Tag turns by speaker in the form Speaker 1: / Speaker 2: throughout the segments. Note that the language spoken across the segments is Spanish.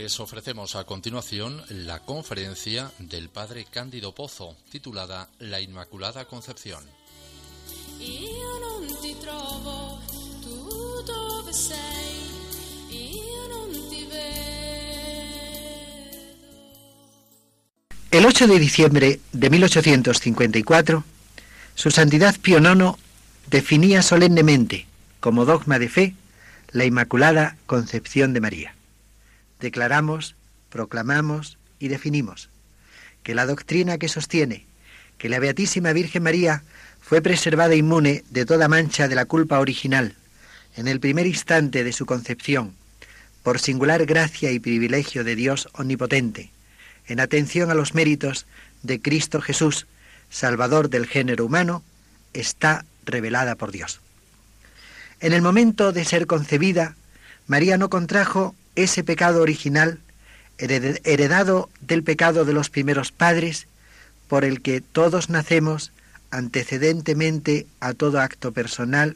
Speaker 1: Les ofrecemos a continuación la conferencia del Padre Cándido Pozo, titulada La Inmaculada Concepción.
Speaker 2: Io non ti trovo, tu dove sei? Io non ti vedo.
Speaker 3: El 8 de diciembre de 1854, Su Santidad Pío IX definía solemnemente, como dogma de fe, la Inmaculada Concepción de María. Declaramos, proclamamos y definimos que la doctrina que sostiene que la Beatísima Virgen María fue preservada inmune de toda mancha de la culpa original en el primer instante de su concepción, por singular gracia y privilegio de Dios omnipotente, en atención a los méritos de Cristo Jesús, Salvador del género humano, está revelada por Dios. En el momento de ser concebida, María no contrajo ese pecado original, heredado del pecado de los primeros padres, por el que todos nacemos antecedentemente a todo acto personal,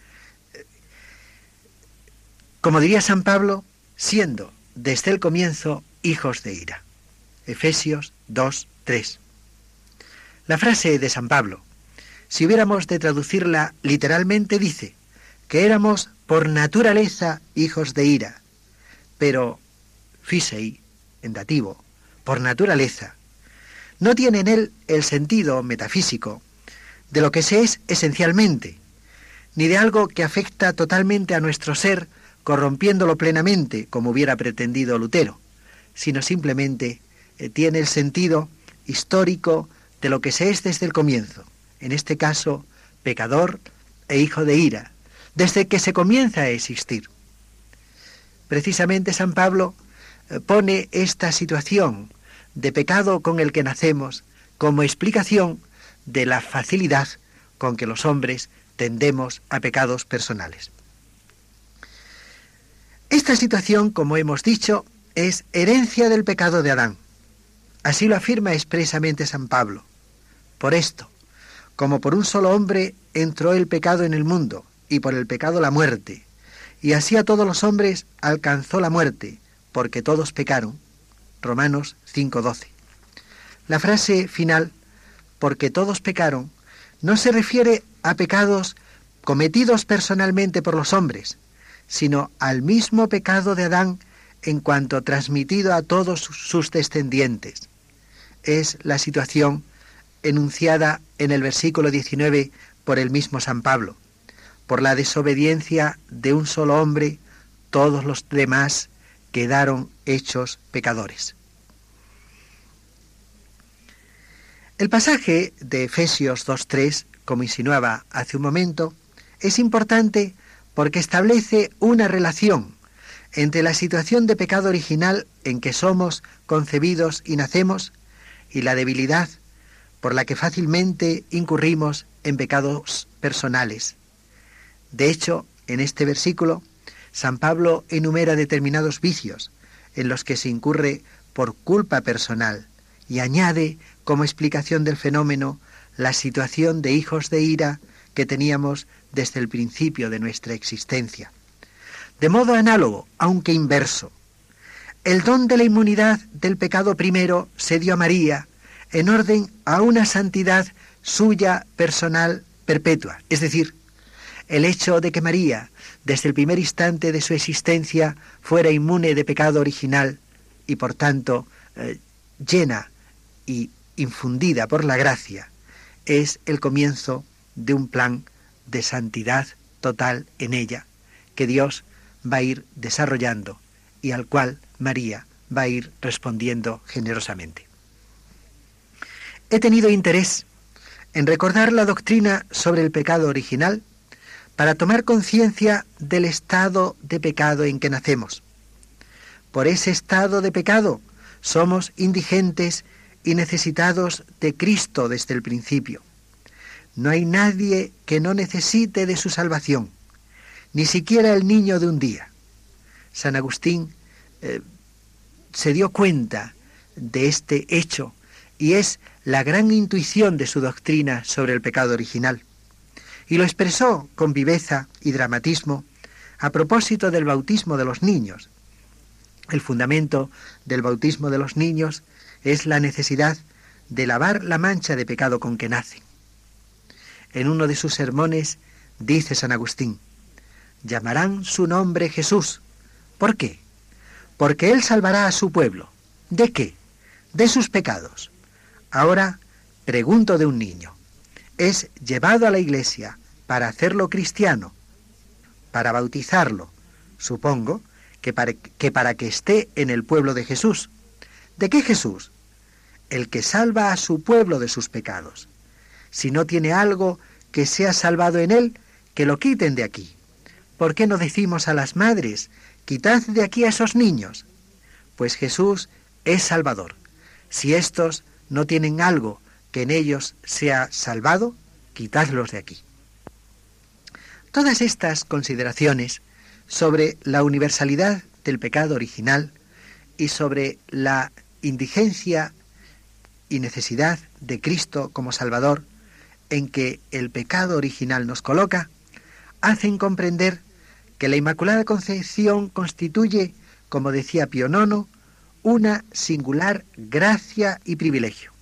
Speaker 3: como diría San Pablo, siendo desde el comienzo hijos de ira. Efesios 2:3. La frase de San Pablo, si hubiéramos de traducirla literalmente, dice que éramos por naturaleza hijos de ira, pero phisei, en dativo, por naturaleza, no tiene en él el sentido metafísico de lo que se es esencialmente, ni de algo que afecta totalmente a nuestro ser, corrompiéndolo plenamente, como hubiera pretendido Lutero, sino simplemente tiene el sentido histórico de lo que se es desde el comienzo, en este caso, pecador e hijo de ira, desde que se comienza a existir. Precisamente San Pablo pone esta situación de pecado con el que nacemos como explicación de la facilidad con que los hombres tendemos a pecados personales. Esta situación, como hemos dicho, es herencia del pecado de Adán. Así lo afirma expresamente San Pablo. Por esto, como por un solo hombre entró el pecado en el mundo, y por el pecado la muerte, y así a todos los hombres alcanzó la muerte, porque todos pecaron. Romanos 5:12. La frase final, porque todos pecaron, no se refiere a pecados cometidos personalmente por los hombres, sino al mismo pecado de Adán en cuanto transmitido a todos sus descendientes. Es la situación enunciada en el versículo 19 por el mismo San Pablo. Por la desobediencia de un solo hombre, todos los demás quedaron hechos pecadores. El pasaje de Efesios 2:3, como insinuaba hace un momento, es importante porque establece una relación entre la situación de pecado original en que somos concebidos y nacemos y la debilidad por la que fácilmente incurrimos en pecados personales. De hecho, en este versículo, San Pablo enumera determinados vicios en los que se incurre por culpa personal y añade como explicación del fenómeno la situación de hijos de ira que teníamos desde el principio de nuestra existencia. De modo análogo, aunque inverso, el don de la inmunidad del pecado primero se dio a María en orden a una santidad suya personal perpetua, es decir, el hecho de que María, desde el primer instante de su existencia, fuera inmune de pecado original y, por tanto, llena y infundida por la gracia, es el comienzo de un plan de santidad total en ella, que Dios va a ir desarrollando y al cual María va a ir respondiendo generosamente. He tenido interés en recordar la doctrina sobre el pecado original para tomar conciencia del estado de pecado en que nacemos. Por ese estado de pecado somos indigentes y necesitados de Cristo desde el principio. No hay nadie que no necesite de su salvación, ni siquiera el niño de un día. San Agustín se dio cuenta de este hecho y es la gran intuición de su doctrina sobre el pecado original. Y lo expresó con viveza y dramatismo a propósito del bautismo de los niños. El fundamento del bautismo de los niños es la necesidad de lavar la mancha de pecado con que nacen. En uno de sus sermones dice San Agustín: llamarán su nombre Jesús. ¿Por qué? Porque Él salvará a su pueblo. ¿De qué? De sus pecados. Ahora pregunto de un niño. Es llevado a la iglesia para hacerlo cristiano, para bautizarlo, supongo, que para que esté en el pueblo de Jesús. ¿De qué Jesús? El que salva a su pueblo de sus pecados. Si no tiene algo que sea salvado en él, que lo quiten de aquí. ¿Por qué no decimos a las madres: quitad de aquí a esos niños? Pues Jesús es Salvador. Si estos no tienen algo que en ellos sea salvado, quitadlos de aquí. Todas estas consideraciones sobre la universalidad del pecado original y sobre la indigencia y necesidad de Cristo como Salvador en que el pecado original nos coloca, hacen comprender que la Inmaculada Concepción constituye, como decía Pío IX, una singular gracia y privilegio.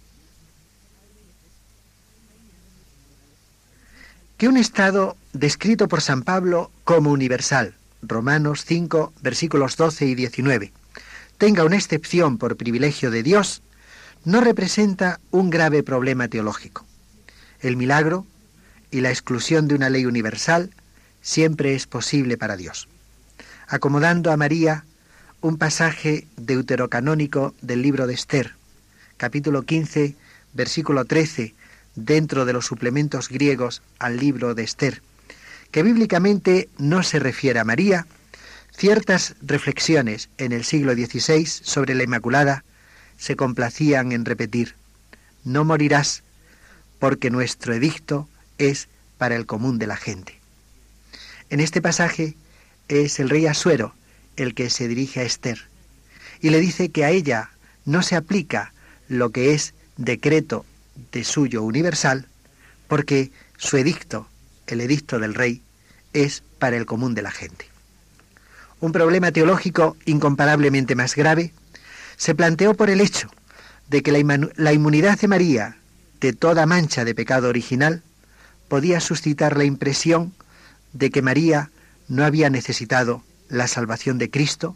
Speaker 3: Que un estado descrito por San Pablo como universal, Romanos 5, versículos 12 y 19, tenga una excepción por privilegio de Dios, no representa un grave problema teológico. El milagro y la exclusión de una ley universal siempre es posible para Dios. Acomodando a María un pasaje deuterocanónico del libro de Esther, capítulo 15, versículo 13, dentro de los suplementos griegos al libro de Esther, que bíblicamente no se refiere a María, ciertas reflexiones en el siglo XVI sobre la Inmaculada se complacían en repetir: no morirás, porque nuestro edicto es para el común de la gente. En este pasaje es el rey Asuero el que se dirige a Esther y le dice que a ella no se aplica lo que es decreto de suyo universal, porque su edicto, el edicto del rey, es para el común de la gente. Un problema teológico incomparablemente más grave se planteó por el hecho de que la inmunidad de María de toda mancha de pecado original podía suscitar la impresión de que María no había necesitado la salvación de Cristo,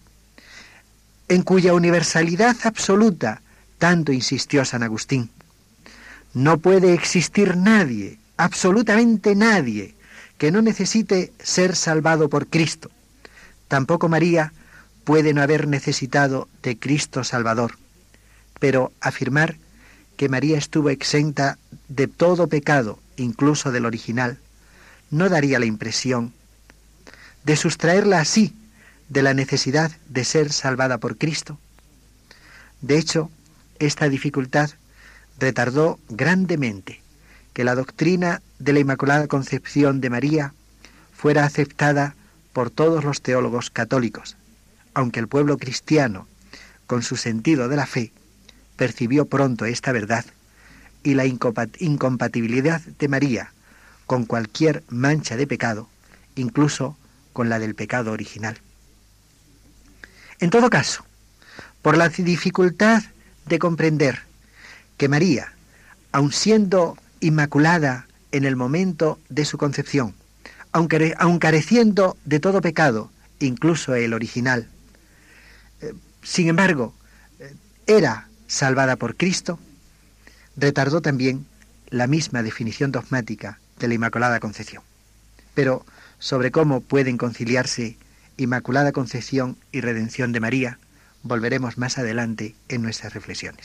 Speaker 3: en cuya universalidad absoluta tanto insistió San Agustín. No puede existir nadie, absolutamente nadie, que no necesite ser salvado por Cristo. Tampoco María puede no haber necesitado de Cristo Salvador, pero afirmar que María estuvo exenta de todo pecado, incluso del original, no daría la impresión de sustraerla así de la necesidad de ser salvada por Cristo. De hecho, esta dificultad retardó grandemente que la doctrina de la Inmaculada Concepción de María fuera aceptada por todos los teólogos católicos, aunque el pueblo cristiano, con su sentido de la fe, percibió pronto esta verdad y la incompatibilidad de María con cualquier mancha de pecado, incluso con la del pecado original. En todo caso, por la dificultad de comprender que María, aun siendo inmaculada en el momento de su concepción, aun careciendo de todo pecado, incluso el original, sin embargo, era salvada por Cristo, retardó también la misma definición dogmática de la Inmaculada Concepción. Pero sobre cómo pueden conciliarse Inmaculada Concepción y Redención de María, volveremos más adelante en nuestras reflexiones.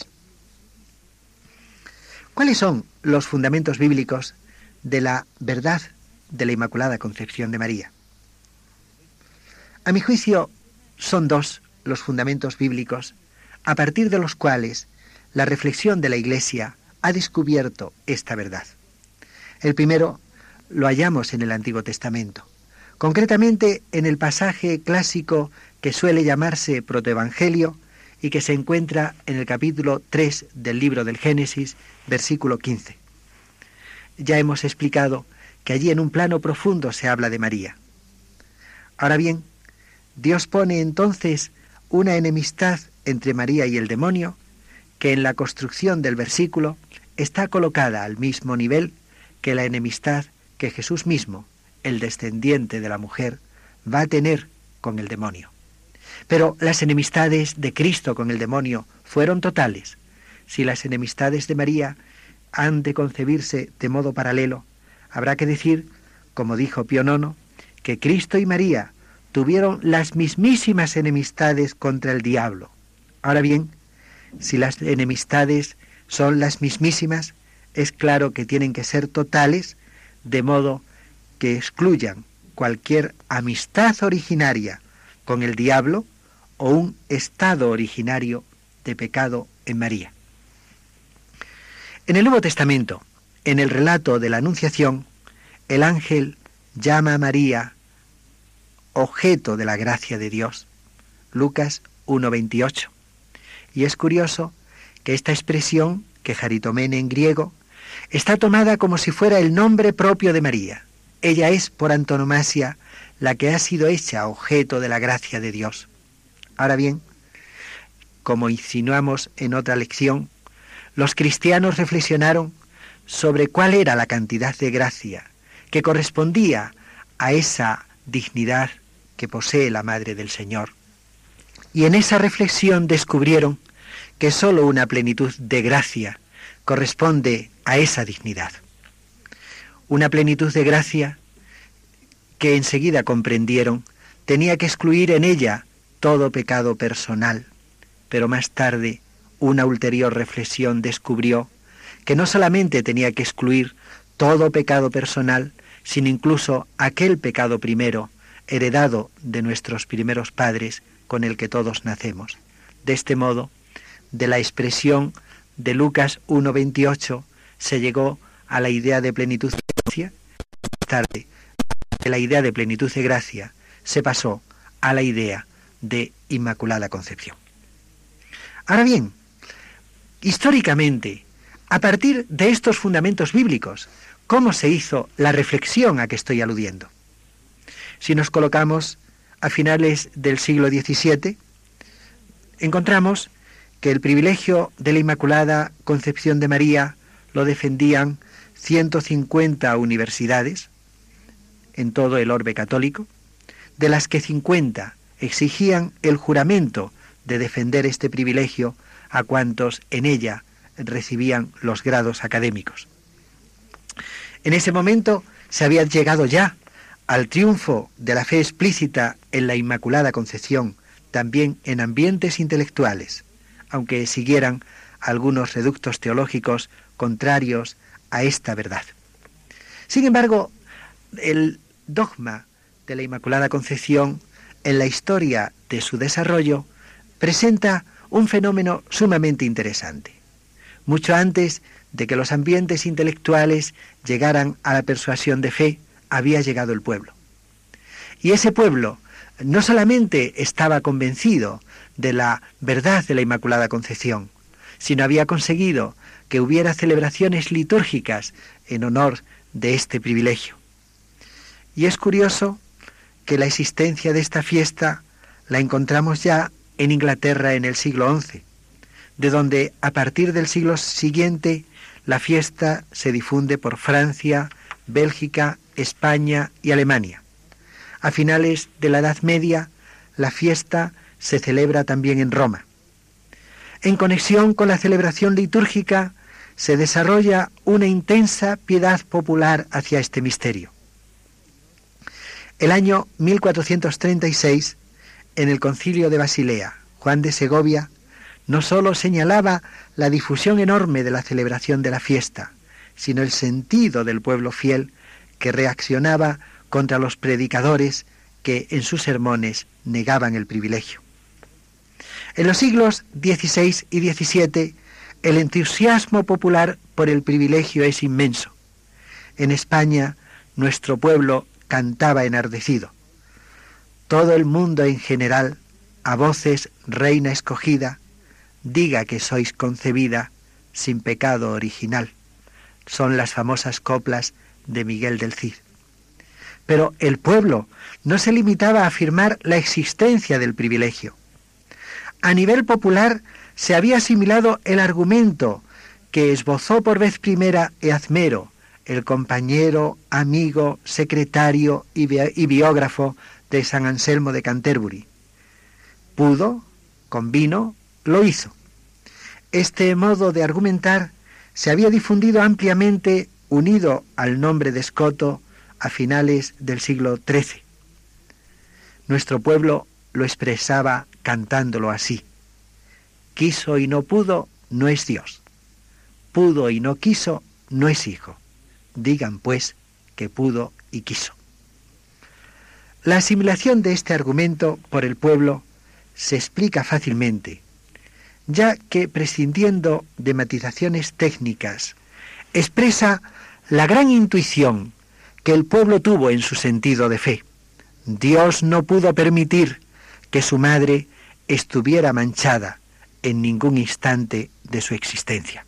Speaker 3: ¿Cuáles son los fundamentos bíblicos de la verdad de la Inmaculada Concepción de María? A mi juicio, son dos los fundamentos bíblicos a partir de los cuales la reflexión de la Iglesia ha descubierto esta verdad. El primero lo hallamos en el Antiguo Testamento, concretamente en el pasaje clásico que suele llamarse protoevangelio y que se encuentra en el capítulo 3 del libro del Génesis, versículo 15. Ya hemos explicado que allí en un plano profundo se habla de María. Ahora bien, Dios pone entonces una enemistad entre María y el demonio que en la construcción del versículo está colocada al mismo nivel que la enemistad que Jesús mismo, el descendiente de la mujer, va a tener con el demonio. Pero las enemistades de Cristo con el demonio fueron totales. Si las enemistades de María han de concebirse de modo paralelo, habrá que decir, como dijo Pío IX, que Cristo y María tuvieron las mismísimas enemistades contra el diablo. Ahora bien, si las enemistades son las mismísimas, es claro que tienen que ser totales, de modo que excluyan cualquier amistad originaria con el diablo o un estado originario de pecado en María. En el Nuevo Testamento, en el relato de la Anunciación, el ángel llama a María objeto de la gracia de Dios. Lucas 1:28. Y es curioso que esta expresión, que jaritomene en griego, está tomada como si fuera el nombre propio de María. Ella es, por antonomasia, la que ha sido hecha objeto de la gracia de Dios. Ahora bien, como insinuamos en otra lección, los cristianos reflexionaron sobre cuál era la cantidad de gracia que correspondía a esa dignidad que posee la Madre del Señor. Y en esa reflexión descubrieron que sólo una plenitud de gracia corresponde a esa dignidad. Una plenitud de gracia que enseguida comprendieron tenía que excluir en ella todo pecado personal, pero más tarde una ulterior reflexión descubrió que no solamente tenía que excluir todo pecado personal, sino incluso aquel pecado primero, heredado de nuestros primeros padres, con el que todos nacemos. De este modo, de la expresión de Lucas 1:28 se llegó a la idea de plenitud de gracia. Más tarde, de la idea de plenitud de gracia se pasó a la idea de Inmaculada Concepción. Ahora bien, históricamente, a partir de estos fundamentos bíblicos, ¿cómo se hizo la reflexión a que estoy aludiendo? Si nos colocamos a finales del siglo XVII, encontramos que el privilegio de la Inmaculada Concepción de María lo defendían 150 universidades en todo el orbe católico, de las que 50 exigían el juramento de defender este privilegio a cuantos en ella recibían los grados académicos. En ese momento se había llegado ya al triunfo de la fe explícita en la Inmaculada Concepción, también en ambientes intelectuales, aunque siguieran algunos reductos teológicos contrarios a esta verdad. Sin embargo, el dogma de la Inmaculada Concepción, en la historia de su desarrollo, presenta un fenómeno sumamente interesante. Mucho antes de que los ambientes intelectuales llegaran a la persuasión de fe, había llegado el pueblo. Y ese pueblo no solamente estaba convencido de la verdad de la Inmaculada Concepción, sino había conseguido que hubiera celebraciones litúrgicas en honor de este privilegio. Y es curioso que la existencia de esta fiesta la encontramos ya en Inglaterra en el siglo XI, de donde a partir del siglo siguiente la fiesta se difunde por Francia, Bélgica, España y Alemania. A finales de la Edad Media, la fiesta se celebra también en Roma. En conexión con la celebración litúrgica, se desarrolla una intensa piedad popular hacia este misterio. El año 1436, en el Concilio de Basilea, Juan de Segovia no sólo señalaba la difusión enorme de la celebración de la fiesta, sino el sentido del pueblo fiel que reaccionaba contra los predicadores que en sus sermones negaban el privilegio. En los siglos XVI y XVII, el entusiasmo popular por el privilegio es inmenso. En España, nuestro pueblo cantaba enardecido. Todo el mundo en general, a voces, reina escogida, diga que sois concebida sin pecado original. Son las famosas coplas de Miguel del Cid. Pero el pueblo no se limitaba a afirmar la existencia del privilegio. A nivel popular se había asimilado el argumento que esbozó por vez primera Eazmero, el compañero, amigo, secretario y biógrafo de San Anselmo de Canterbury. Pudo, convino, lo hizo. Este modo de argumentar se había difundido ampliamente, unido al nombre de Escoto, a finales del siglo XIII. Nuestro pueblo lo expresaba cantándolo así: quiso y no pudo, no es Dios. Pudo y no quiso, no es hijo. Digan, pues, que pudo y quiso. La asimilación de este argumento por el pueblo se explica fácilmente, ya que, prescindiendo de matizaciones técnicas, expresa la gran intuición que el pueblo tuvo en su sentido de fe. Dios no pudo permitir que su madre estuviera manchada en ningún instante de su existencia.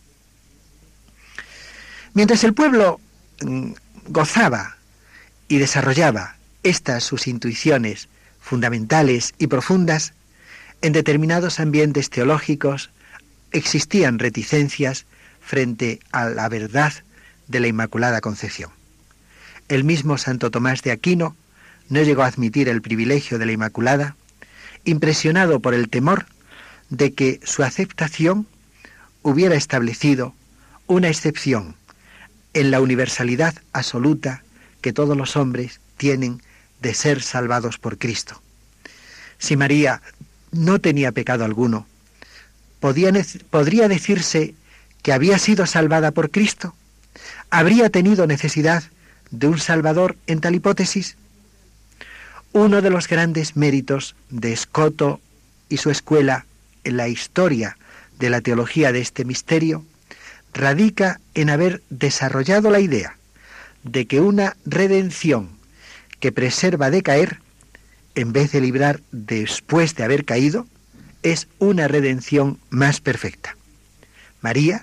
Speaker 3: Mientras el pueblo gozaba y desarrollaba estas sus intuiciones fundamentales y profundas, en determinados ambientes teológicos existían reticencias frente a la verdad de la Inmaculada Concepción. El mismo Santo Tomás de Aquino no llegó a admitir el privilegio de la Inmaculada, impresionado por el temor de que su aceptación hubiera establecido una excepción en la universalidad absoluta que todos los hombres tienen de ser salvados por Cristo. Si María no tenía pecado alguno, ¿podría decirse que había sido salvada por Cristo? ¿Habría tenido necesidad de un Salvador en tal hipótesis? Uno de los grandes méritos de Escoto y su escuela en la historia de la teología de este misterio radica en haber desarrollado la idea de que una redención que preserva de caer, en vez de librar después de haber caído, es una redención más perfecta. María,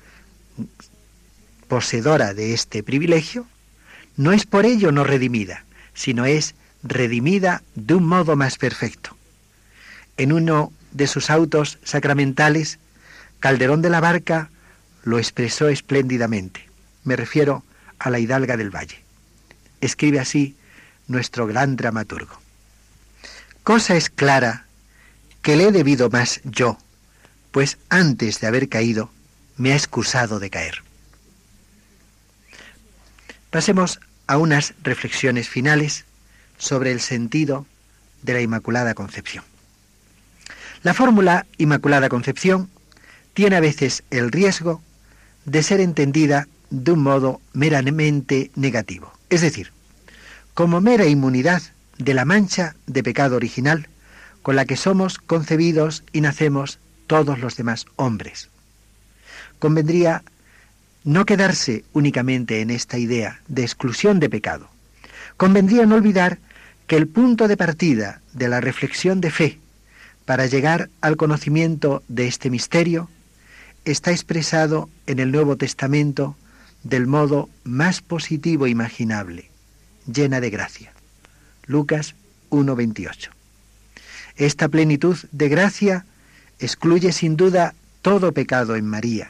Speaker 3: poseedora de este privilegio, no es por ello no redimida, sino es redimida de un modo más perfecto. En uno de sus autos sacramentales, Calderón de la Barca lo expresó espléndidamente. Me refiero a la Hidalga del Valle. Escribe así nuestro gran dramaturgo: cosa es clara que le he debido más yo, pues antes de haber caído me ha excusado de caer. Pasemos a unas reflexiones finales sobre el sentido de la Inmaculada Concepción. La fórmula Inmaculada Concepción tiene a veces el riesgo de ser entendida de un modo meramente negativo, es decir, como mera inmunidad de la mancha de pecado original con la que somos concebidos y nacemos todos los demás hombres. Convendría no quedarse únicamente en esta idea de exclusión de pecado. Convendría no olvidar que el punto de partida de la reflexión de fe para llegar al conocimiento de este misterio está expresado en el Nuevo Testamento del modo más positivo imaginable: llena de gracia. Lucas 1:28. Esta plenitud de gracia excluye sin duda todo pecado en María.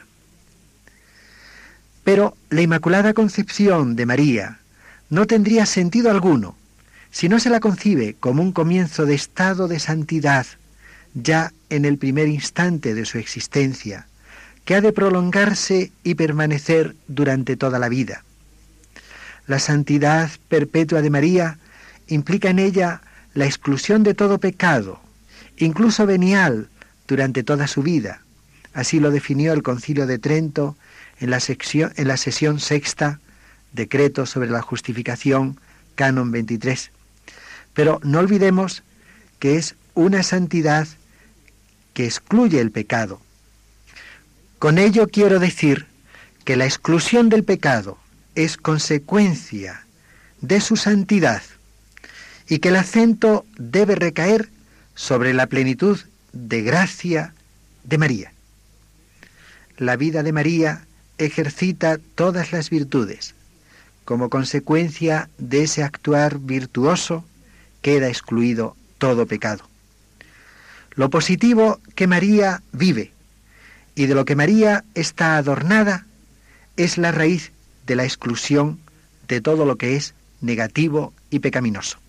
Speaker 3: Pero la Inmaculada Concepción de María no tendría sentido alguno si no se la concibe como un comienzo de estado de santidad ya en el primer instante de su existencia, que ha de prolongarse y permanecer durante toda la vida. La santidad perpetua de María implica en ella la exclusión de todo pecado, incluso venial, durante toda su vida. Así lo definió el Concilio de Trento en la sesión sexta, decreto sobre la justificación, canon 23. Pero no olvidemos que es una santidad que excluye el pecado. Con ello quiero decir que la exclusión del pecado es consecuencia de su santidad y que el acento debe recaer sobre la plenitud de gracia de María. La vida de María ejercita todas las virtudes. Como consecuencia de ese actuar virtuoso, queda excluido todo pecado. lo positivo que María vive y de lo que María está adornada es la raíz de la exclusión de todo lo que es negativo y pecaminoso.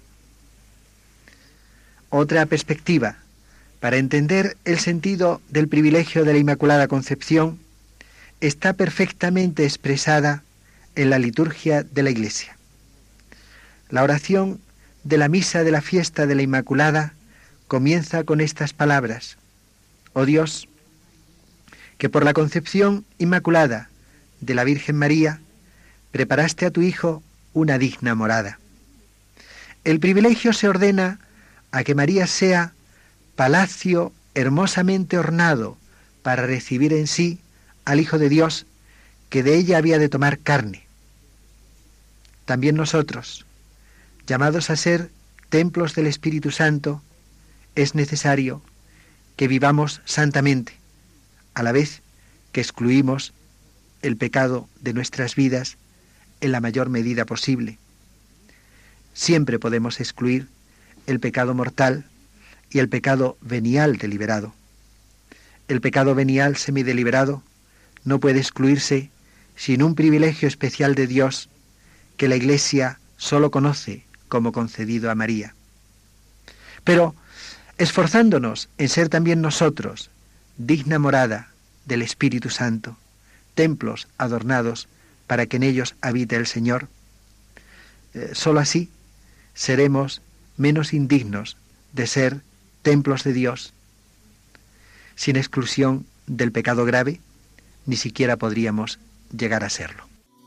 Speaker 3: Otra perspectiva para entender el sentido del privilegio de la Inmaculada Concepción está perfectamente expresada en la liturgia de la Iglesia. La oración de la misa de la fiesta de la Inmaculada comienza con estas palabras: Oh Dios, que por la concepción inmaculada de la Virgen María preparaste a tu Hijo una digna morada. El privilegio se ordena a que María sea palacio hermosamente ornado para recibir en sí al Hijo de Dios, que de ella había de tomar carne. También nosotros, llamados a ser templos del Espíritu Santo, es necesario que vivamos santamente, a la vez que excluimos el pecado de nuestras vidas en la mayor medida posible. Siempre podemos excluir el pecado mortal y el pecado venial deliberado. El pecado venial semideliberado no puede excluirse sin un privilegio especial de Dios que la Iglesia solo conoce como concedido a María. Pero, esforzándonos en ser también nosotros digna morada del Espíritu Santo, templos adornados para que en ellos habite el Señor, sólo así seremos menos indignos de ser templos de Dios. Sin exclusión del pecado grave, ni siquiera podríamos llegar a serlo.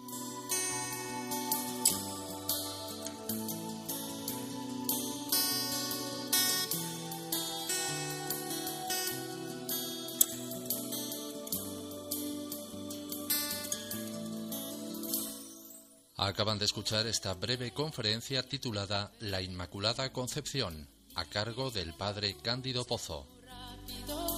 Speaker 1: Acaban de escuchar esta breve conferencia titulada La Inmaculada Concepción, a cargo del Padre Cándido Pozo.